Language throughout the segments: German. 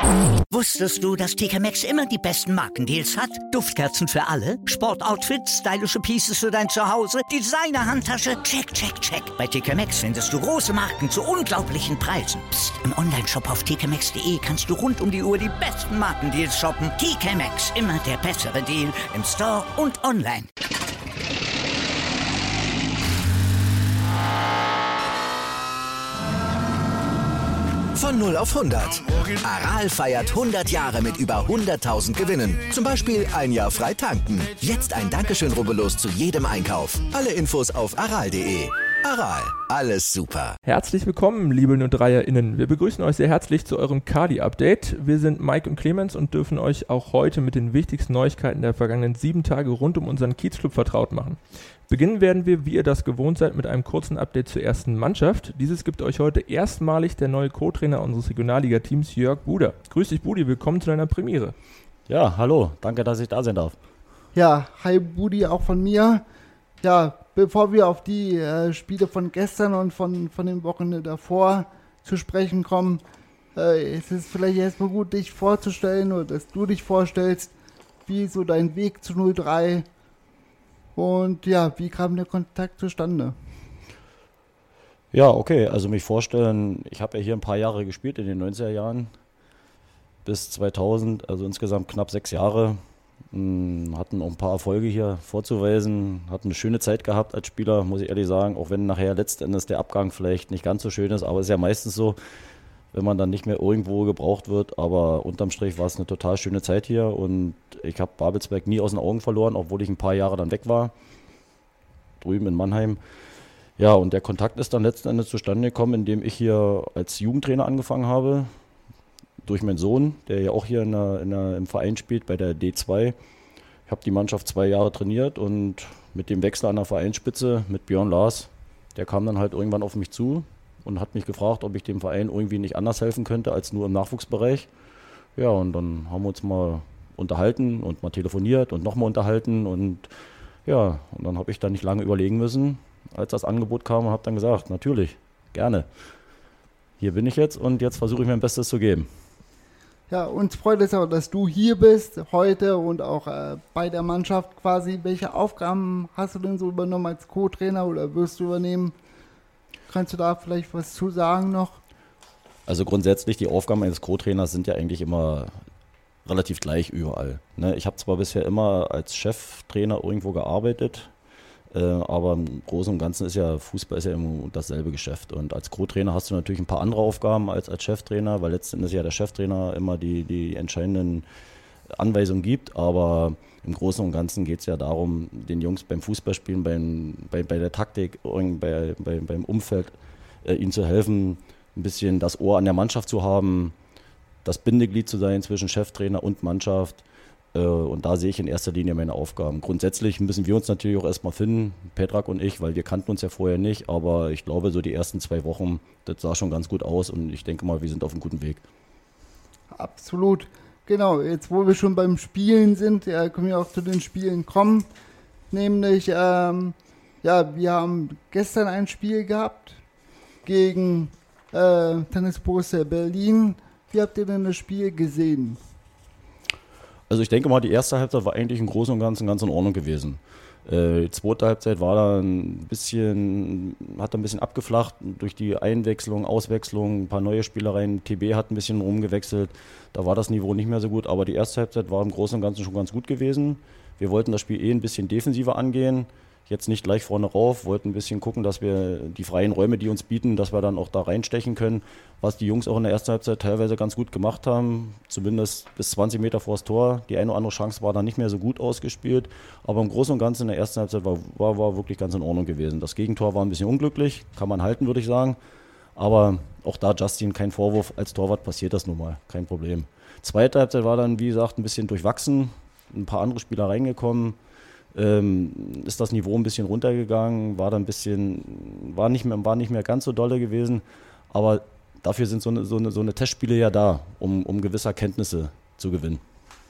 Wusstest du, dass TK Maxx immer die besten Markendeals hat? Duftkerzen für alle, Sportoutfits, stylische Pieces für dein Zuhause, Designer-Handtasche, check, check, check. Bei TK Maxx findest du große Marken zu unglaublichen Preisen. Psst. Im Onlineshop auf tkmaxx.de kannst du rund um die Uhr die besten Markendeals shoppen. TK Maxx, immer der bessere Deal im Store und online. Von 0 auf 100. Aral feiert 100 Jahre mit über 100.000 Gewinnen. Zum Beispiel ein Jahr frei tanken. Jetzt ein Dankeschön, rubbellos zu jedem Einkauf. Alle Infos auf aral.de. Aral, alles super. Herzlich willkommen, liebe 03erInnen. Wir begrüßen euch sehr herzlich zu eurem Kadi-Update. Wir sind Mike und Clemens und dürfen euch auch heute mit den wichtigsten Neuigkeiten der vergangenen 7 Tage rund um unseren Kiezclub vertraut machen. Beginnen werden wir, wie ihr das gewohnt seid, mit einem kurzen Update zur ersten Mannschaft. Dieses gibt euch heute erstmalig der neue Co-Trainer unseres Regionalliga-Teams, Jörg Buder. Grüß dich, Budi, willkommen zu deiner Premiere. Ja, hallo, danke, dass ich da sein darf. Ja, hi Budi, auch von mir. Ja, bevor wir auf die Spiele von gestern und von dem Wochenende davor zu sprechen kommen, es ist vielleicht erstmal gut, dich vorzustellen oder dass du dich vorstellst, wie so dein Weg zu 03 und ja, wie kam der Kontakt zustande? Ja, okay, also mich vorstellen, ich habe ja hier ein paar Jahre gespielt in den 90er Jahren bis 2000, also insgesamt knapp 6 Jahre. Hatten auch ein paar Erfolge hier vorzuweisen, hatten eine schöne Zeit gehabt als Spieler, muss ich ehrlich sagen, auch wenn nachher letztendlich der Abgang vielleicht nicht ganz so schön ist, aber es ist ja meistens so, wenn man dann nicht mehr irgendwo gebraucht wird, aber unterm Strich war es eine total schöne Zeit hier und ich habe Babelsberg nie aus den Augen verloren, obwohl ich ein paar Jahre dann weg war, drüben in Mannheim. Ja, und der Kontakt ist dann letzten Endes zustande gekommen, indem ich hier als Jugendtrainer angefangen habe, durch meinen Sohn, der ja auch hier im Verein spielt, bei der D2. Ich habe die Mannschaft 2 Jahre trainiert und mit dem Wechsel an der Vereinsspitze mit Björn Lars, der kam dann halt irgendwann auf mich zu und hat mich gefragt, ob ich dem Verein irgendwie nicht anders helfen könnte als nur im Nachwuchsbereich. Ja, und dann haben wir uns mal unterhalten und mal telefoniert und nochmal unterhalten und ja, und dann habe ich dann nicht lange überlegen müssen, als das Angebot kam und habe dann gesagt, natürlich, gerne. Hier bin ich jetzt und jetzt versuche ich mein Bestes zu geben. Ja, uns freut es auch, dass du hier bist heute und auch bei der Mannschaft quasi. Welche Aufgaben hast du denn so übernommen als Co-Trainer oder wirst du übernehmen? Kannst du da vielleicht was zu sagen noch? Also grundsätzlich, die Aufgaben eines Co-Trainers sind ja eigentlich immer relativ gleich überall. Ne? Ich habe zwar bisher immer als Cheftrainer irgendwo gearbeitet, aber im Großen und Ganzen ist ja Fußball ist ja immer dasselbe Geschäft. Und als Co-Trainer hast du natürlich ein paar andere Aufgaben als Cheftrainer, weil letztendlich ja der Cheftrainer immer die entscheidenden Anweisungen gibt. Aber im Großen und Ganzen geht es ja darum, den Jungs beim Fußballspielen, bei der Taktik, beim Umfeld, ihnen zu helfen, ein bisschen das Ohr an der Mannschaft zu haben, das Bindeglied zu sein zwischen Cheftrainer und Mannschaft. Und da sehe ich in erster Linie meine Aufgaben. Grundsätzlich müssen wir uns natürlich auch erstmal finden, Petrak und ich, weil wir kannten uns ja vorher nicht. Aber ich glaube, so die ersten 2 Wochen, das sah schon ganz gut aus und ich denke mal, wir sind auf einem guten Weg. Absolut. Genau, jetzt wo wir schon beim Spielen sind, können wir auch zu den Spielen kommen. Nämlich, wir haben gestern ein Spiel gehabt gegen Tennis Borussia Berlin. Wie habt ihr denn das Spiel gesehen? Also ich denke mal, die erste Halbzeit war eigentlich im Großen und Ganzen ganz in Ordnung gewesen. Die zweite Halbzeit war dann hat ein bisschen abgeflacht durch die Einwechslung, Auswechslung, ein paar neue Spielereien. TB hat ein bisschen rumgewechselt, da war das Niveau nicht mehr so gut, aber die erste Halbzeit war im Großen und Ganzen schon ganz gut gewesen. Wir wollten das Spiel ein bisschen defensiver angehen, jetzt nicht gleich vorne rauf, wollten ein bisschen gucken, dass wir die freien Räume, die uns bieten, dass wir dann auch da reinstechen können, was die Jungs auch in der ersten Halbzeit teilweise ganz gut gemacht haben, zumindest bis 20 Meter vor das Tor. Die eine oder andere Chance war dann nicht mehr so gut ausgespielt, aber im Großen und Ganzen in der ersten Halbzeit war wirklich ganz in Ordnung gewesen. Das Gegentor war ein bisschen unglücklich, kann man halten, würde ich sagen, aber auch da Justin, kein Vorwurf, als Torwart passiert das nun mal, kein Problem. Zweite Halbzeit war dann, wie gesagt, ein bisschen durchwachsen, ein paar andere Spieler reingekommen, ist das Niveau ein bisschen runtergegangen, war nicht mehr ganz so dolle gewesen, aber dafür sind so eine Testspiele ja da, um gewisse Erkenntnisse zu gewinnen.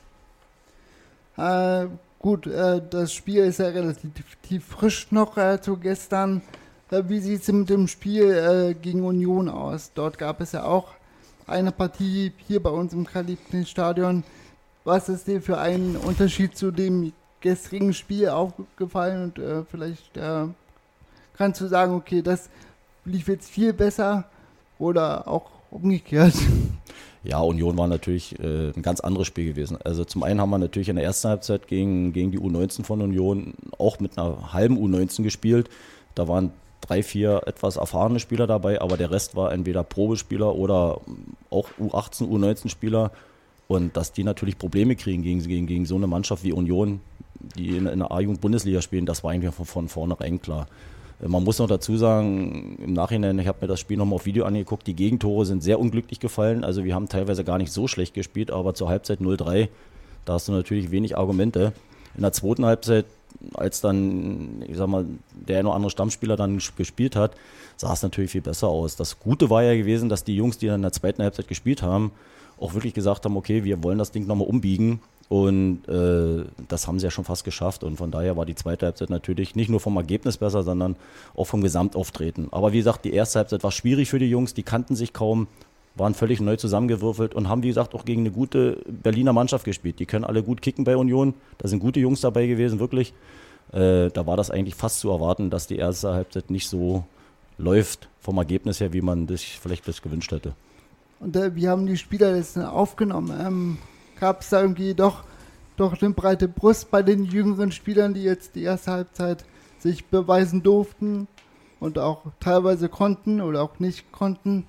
Das Spiel ist ja relativ frisch noch zu gestern. Wie sieht es mit dem Spiel gegen Union aus? Dort gab es ja auch eine Partie hier bei uns im Karl-Liebknecht-Stadion. Was ist dir für einen Unterschied zu dem gestrigen Spiel aufgefallen? Und vielleicht kannst du sagen, okay, das lief jetzt viel besser oder auch umgekehrt? Ja, Union war natürlich ein ganz anderes Spiel gewesen. Also zum einen haben wir natürlich in der ersten Halbzeit gegen die U19 von Union auch mit einer halben U19 gespielt. Da waren 3, 4 etwas erfahrene Spieler dabei, aber der Rest war entweder Probespieler oder auch U18, U19-Spieler. Und dass die natürlich Probleme kriegen gegen so eine Mannschaft wie Union, die in der A-Jugend-Bundesliga spielen, das war eigentlich von vornherein klar. Man muss noch dazu sagen, im Nachhinein, ich habe mir das Spiel nochmal auf Video angeguckt, die Gegentore sind sehr unglücklich gefallen. Also wir haben teilweise gar nicht so schlecht gespielt, aber zur Halbzeit 0-3, da hast du natürlich wenig Argumente. In der zweiten Halbzeit, als dann, ich sag mal, der eine oder andere Stammspieler dann gespielt hat, sah es natürlich viel besser aus. Das Gute war ja gewesen, dass die Jungs, die dann in der zweiten Halbzeit gespielt haben, auch wirklich gesagt haben, okay, wir wollen das Ding nochmal umbiegen. Und das haben sie ja schon fast geschafft. Und von daher war die zweite Halbzeit natürlich nicht nur vom Ergebnis besser, sondern auch vom Gesamtauftreten. Aber wie gesagt, die erste Halbzeit war schwierig für die Jungs. Die kannten sich kaum, waren völlig neu zusammengewürfelt und haben, wie gesagt, auch gegen eine gute Berliner Mannschaft gespielt. Die können alle gut kicken bei Union. Da sind gute Jungs dabei gewesen, wirklich. Da war das eigentlich fast zu erwarten, dass die erste Halbzeit nicht so läuft vom Ergebnis her, wie man sich vielleicht das gewünscht hätte. Und wie haben die Spieler das aufgenommen? Gab es da irgendwie doch eine breite Brust bei den jüngeren Spielern, die jetzt die erste Halbzeit sich beweisen durften und auch teilweise konnten oder auch nicht konnten?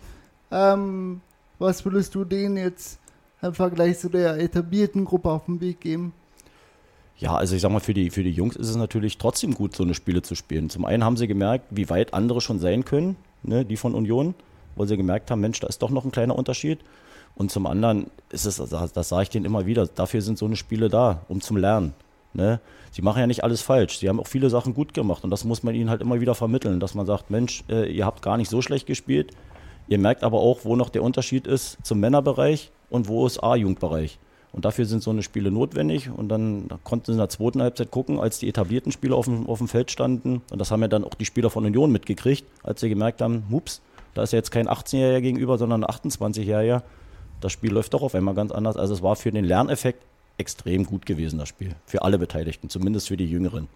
Was würdest du denen jetzt im Vergleich zu der etablierten Gruppe auf den Weg geben? Ja, also ich sag mal, für die Jungs ist es natürlich trotzdem gut, so eine Spiele zu spielen. Zum einen haben sie gemerkt, wie weit andere schon sein können, ne, die von Union, weil sie gemerkt haben, Mensch, da ist doch noch ein kleiner Unterschied. Und zum anderen ist es, das sage ich denen immer wieder, dafür sind so eine Spiele da, um zum Lernen. Ne? Sie machen ja nicht alles falsch, sie haben auch viele Sachen gut gemacht und das muss man ihnen halt immer wieder vermitteln, dass man sagt, Mensch, ihr habt gar nicht so schlecht gespielt, ihr merkt aber auch, wo noch der Unterschied ist zum Männerbereich und wo ist A-Jugendbereich. Und dafür sind so eine Spiele notwendig und dann konnten sie in der zweiten Halbzeit gucken, als die etablierten Spieler auf dem Feld standen und das haben ja dann auch die Spieler von Union mitgekriegt, als sie gemerkt haben, hups, da ist ja jetzt kein 18-Jähriger gegenüber, sondern ein 28-Jähriger. Das Spiel läuft doch auf einmal ganz anders. Also es war für den Lerneffekt extrem gut gewesen, das Spiel. Für alle Beteiligten, zumindest für die Jüngeren.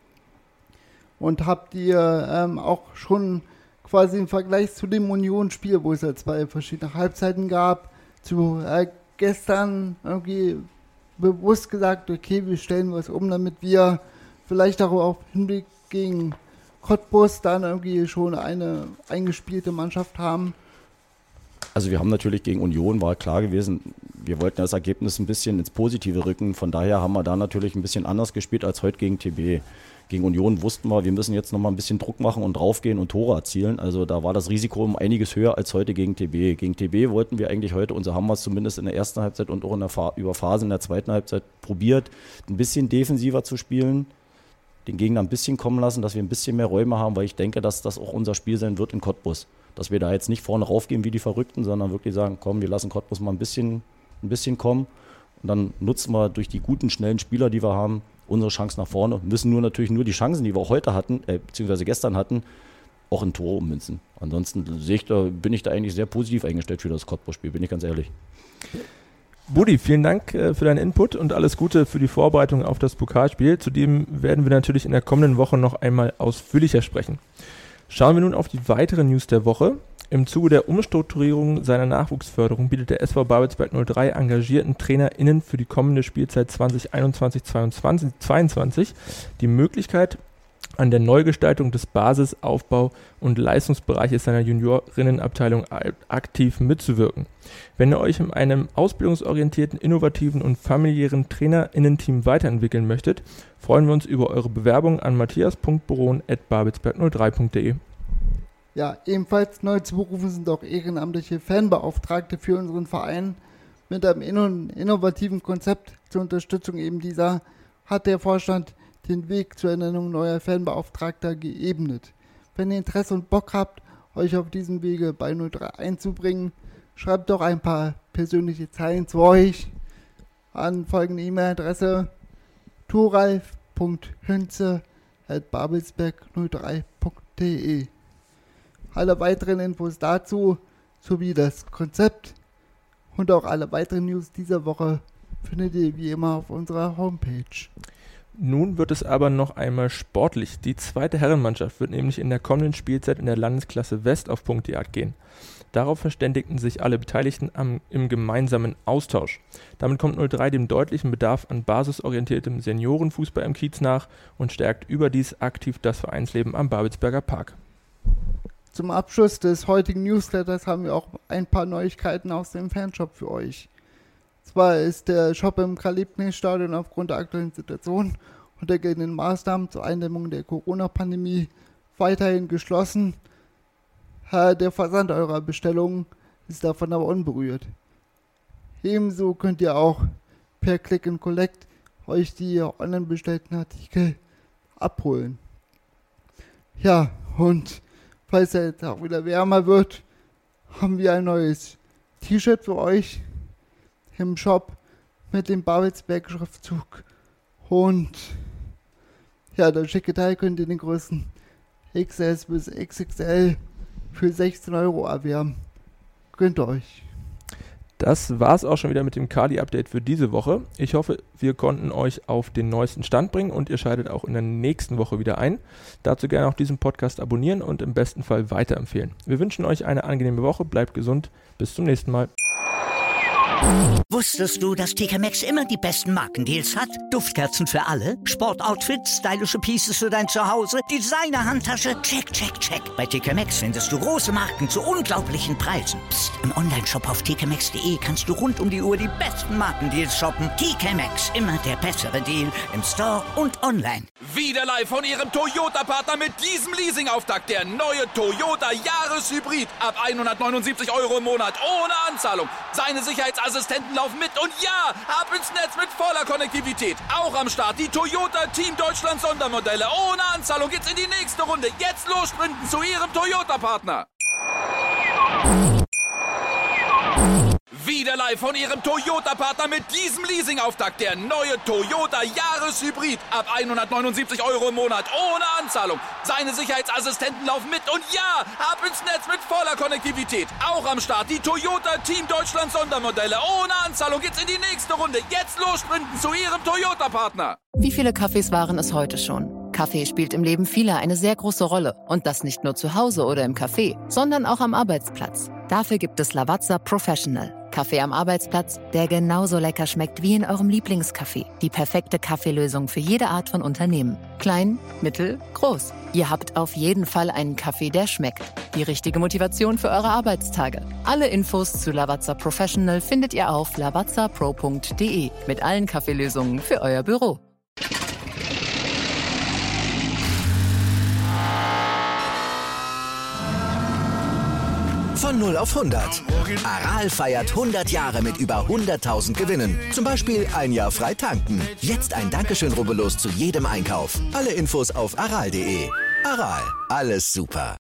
Und habt ihr auch schon quasi im Vergleich zu dem Union-Spiel, wo es ja 2 verschiedene Halbzeiten gab, zu gestern irgendwie bewusst gesagt, okay, wir stellen was um, damit wir vielleicht auch auf Hinblick gegen Cottbus dann irgendwie schon eine eingespielte Mannschaft haben? Also wir haben natürlich gegen Union, war klar gewesen, wir wollten das Ergebnis ein bisschen ins Positive rücken. Von daher haben wir da natürlich ein bisschen anders gespielt als heute gegen TB. Gegen Union wussten wir müssen jetzt nochmal ein bisschen Druck machen und draufgehen und Tore erzielen. Also da war das Risiko um einiges höher als heute gegen TB. Gegen TB wollten wir eigentlich heute, und so haben wir es zumindest in der ersten Halbzeit und auch über Phasen in der zweiten Halbzeit probiert, ein bisschen defensiver zu spielen, den Gegner ein bisschen kommen lassen, dass wir ein bisschen mehr Räume haben, weil ich denke, dass das auch unser Spiel sein wird in Cottbus. Dass wir da jetzt nicht vorne raufgehen wie die Verrückten, sondern wirklich sagen, komm, wir lassen Cottbus mal ein bisschen kommen und dann nutzen wir durch die guten, schnellen Spieler, die wir haben, unsere Chance nach vorne. Müssen natürlich nur die Chancen, die wir auch heute hatten, beziehungsweise gestern hatten, auch in Tore ummünzen. Ansonsten bin ich da eigentlich sehr positiv eingestellt für das Cottbus-Spiel, bin ich ganz ehrlich. Budi, vielen Dank für deinen Input und alles Gute für die Vorbereitung auf das Pokalspiel. Zudem werden wir natürlich in der kommenden Woche noch einmal ausführlicher sprechen. Schauen wir nun auf die weiteren News der Woche. Im Zuge der Umstrukturierung seiner Nachwuchsförderung bietet der SV Babelsberg 03 engagierten TrainerInnen für die kommende Spielzeit 2021-22 die Möglichkeit, an der Neugestaltung des Basis-, Aufbau- und Leistungsbereiches seiner Juniorinnenabteilung aktiv mitzuwirken. Wenn ihr euch in einem ausbildungsorientierten, innovativen und familiären TrainerInnen-Team weiterentwickeln möchtet, freuen wir uns über eure Bewerbung an matthias.boron@babelsberg03.de. Ja, ebenfalls neu zu berufen sind auch ehrenamtliche Fanbeauftragte für unseren Verein. Mit einem innovativen Konzept zur Unterstützung eben dieser hat der Vorstand den Weg zur Ernennung neuer Fanbeauftragter geebnet. Wenn ihr Interesse und Bock habt, euch auf diesem Wege bei 03 einzubringen, schreibt doch ein paar persönliche Zeilen zu euch an folgende E-Mail-Adresse: thoralf.hünze@babelsberg03.de. Alle weiteren Infos dazu sowie das Konzept Und auch alle weiteren News dieser Woche findet ihr wie immer auf unserer Homepage. Nun wird es aber noch einmal sportlich. Die zweite Herrenmannschaft wird nämlich in der kommenden Spielzeit in der Landesklasse West auf Punktjagd gehen. Darauf verständigten sich alle Beteiligten im gemeinsamen Austausch. Damit kommt 03 dem deutlichen Bedarf an basisorientiertem Seniorenfußball im Kiez nach und stärkt überdies aktiv das Vereinsleben am Babelsberger Park. Zum Abschluss des heutigen Newsletters haben wir auch ein paar Neuigkeiten aus dem Fanshop für euch. Zwar ist der Shop im Karl-Liebknecht-Stadion aufgrund der aktuellen Situation und der geltenden Maßnahmen zur Eindämmung der Corona-Pandemie weiterhin geschlossen. Der Versand eurer Bestellungen ist davon aber unberührt. Ebenso könnt ihr auch per Click and Collect euch die online bestellten Artikel abholen. Ja, und falls es jetzt auch wieder wärmer wird, haben wir ein neues T-Shirt für euch im Shop mit dem Babelsberg-Schriftzug. Und ja, das schicke Teil könnt ihr den Größen XS bis XXL für 16 € erwerben. Gönnt euch. Das war's auch schon wieder mit dem Kali-Update für diese Woche. Ich hoffe, wir konnten euch auf den neuesten Stand bringen und ihr schaltet auch in der nächsten Woche wieder ein. Dazu gerne auch diesen Podcast abonnieren und im besten Fall weiterempfehlen. Wir wünschen euch eine angenehme Woche, bleibt gesund, bis zum nächsten Mal. Wusstest du, dass TK Maxx immer die besten Markendeals hat? Duftkerzen für alle, Sportoutfits, stylische Pieces für dein Zuhause, Designer-Handtasche, check, check, check. Bei TK Maxx findest du große Marken zu unglaublichen Preisen. Psst. Im Onlineshop auf tkmaxx.de kannst du rund um die Uhr die besten Markendeals shoppen. TK Maxx, immer der bessere Deal im Store und online. Wieder live von Ihrem Toyota-Partner mit diesem Leasing-Auftakt. Der neue Toyota Jahreshybrid. Ab 179 € im Monat ohne Anzahlung. Seine Sicherheitsassistenten laufen mit und ja, ab ins Netz mit voller Konnektivität. Auch am Start die Toyota Team Deutschland Sondermodelle. Ohne Anzahlung geht's in die nächste Runde. Jetzt los sprinten zu Ihrem Toyota-Partner. Wieder live von Ihrem Toyota-Partner mit diesem Leasing-Auftakt. Der neue Toyota Jahreshybrid. Ab 179 € im Monat ohne Anzahlung. Seine Sicherheitsassistenten laufen mit und ja, ab ins Netz mit voller Konnektivität. Auch am Start die Toyota Team Deutschland Sondermodelle. Ohne Anzahlung geht's in die nächste Runde. Jetzt los sprinten zu Ihrem Toyota-Partner. Wie viele Kaffees waren es heute schon? Kaffee spielt im Leben vieler eine sehr große Rolle. Und das nicht nur zu Hause oder im Café, sondern auch am Arbeitsplatz. Dafür gibt es Lavazza Professional. Kaffee am Arbeitsplatz, der genauso lecker schmeckt wie in eurem Lieblingscafé. Die perfekte Kaffeelösung für jede Art von Unternehmen. Klein, mittel, groß. Ihr habt auf jeden Fall einen Kaffee, der schmeckt. Die richtige Motivation für eure Arbeitstage. Alle Infos zu Lavazza Professional findet ihr auf lavazzapro.de. Mit allen Kaffeelösungen für euer Büro. Von 0 auf 100. Aral feiert 100 Jahre mit über 100.000 Gewinnen. Zum Beispiel ein Jahr frei tanken. Jetzt ein Dankeschön, rubbellos zu jedem Einkauf. Alle Infos auf aral.de. Aral, alles super.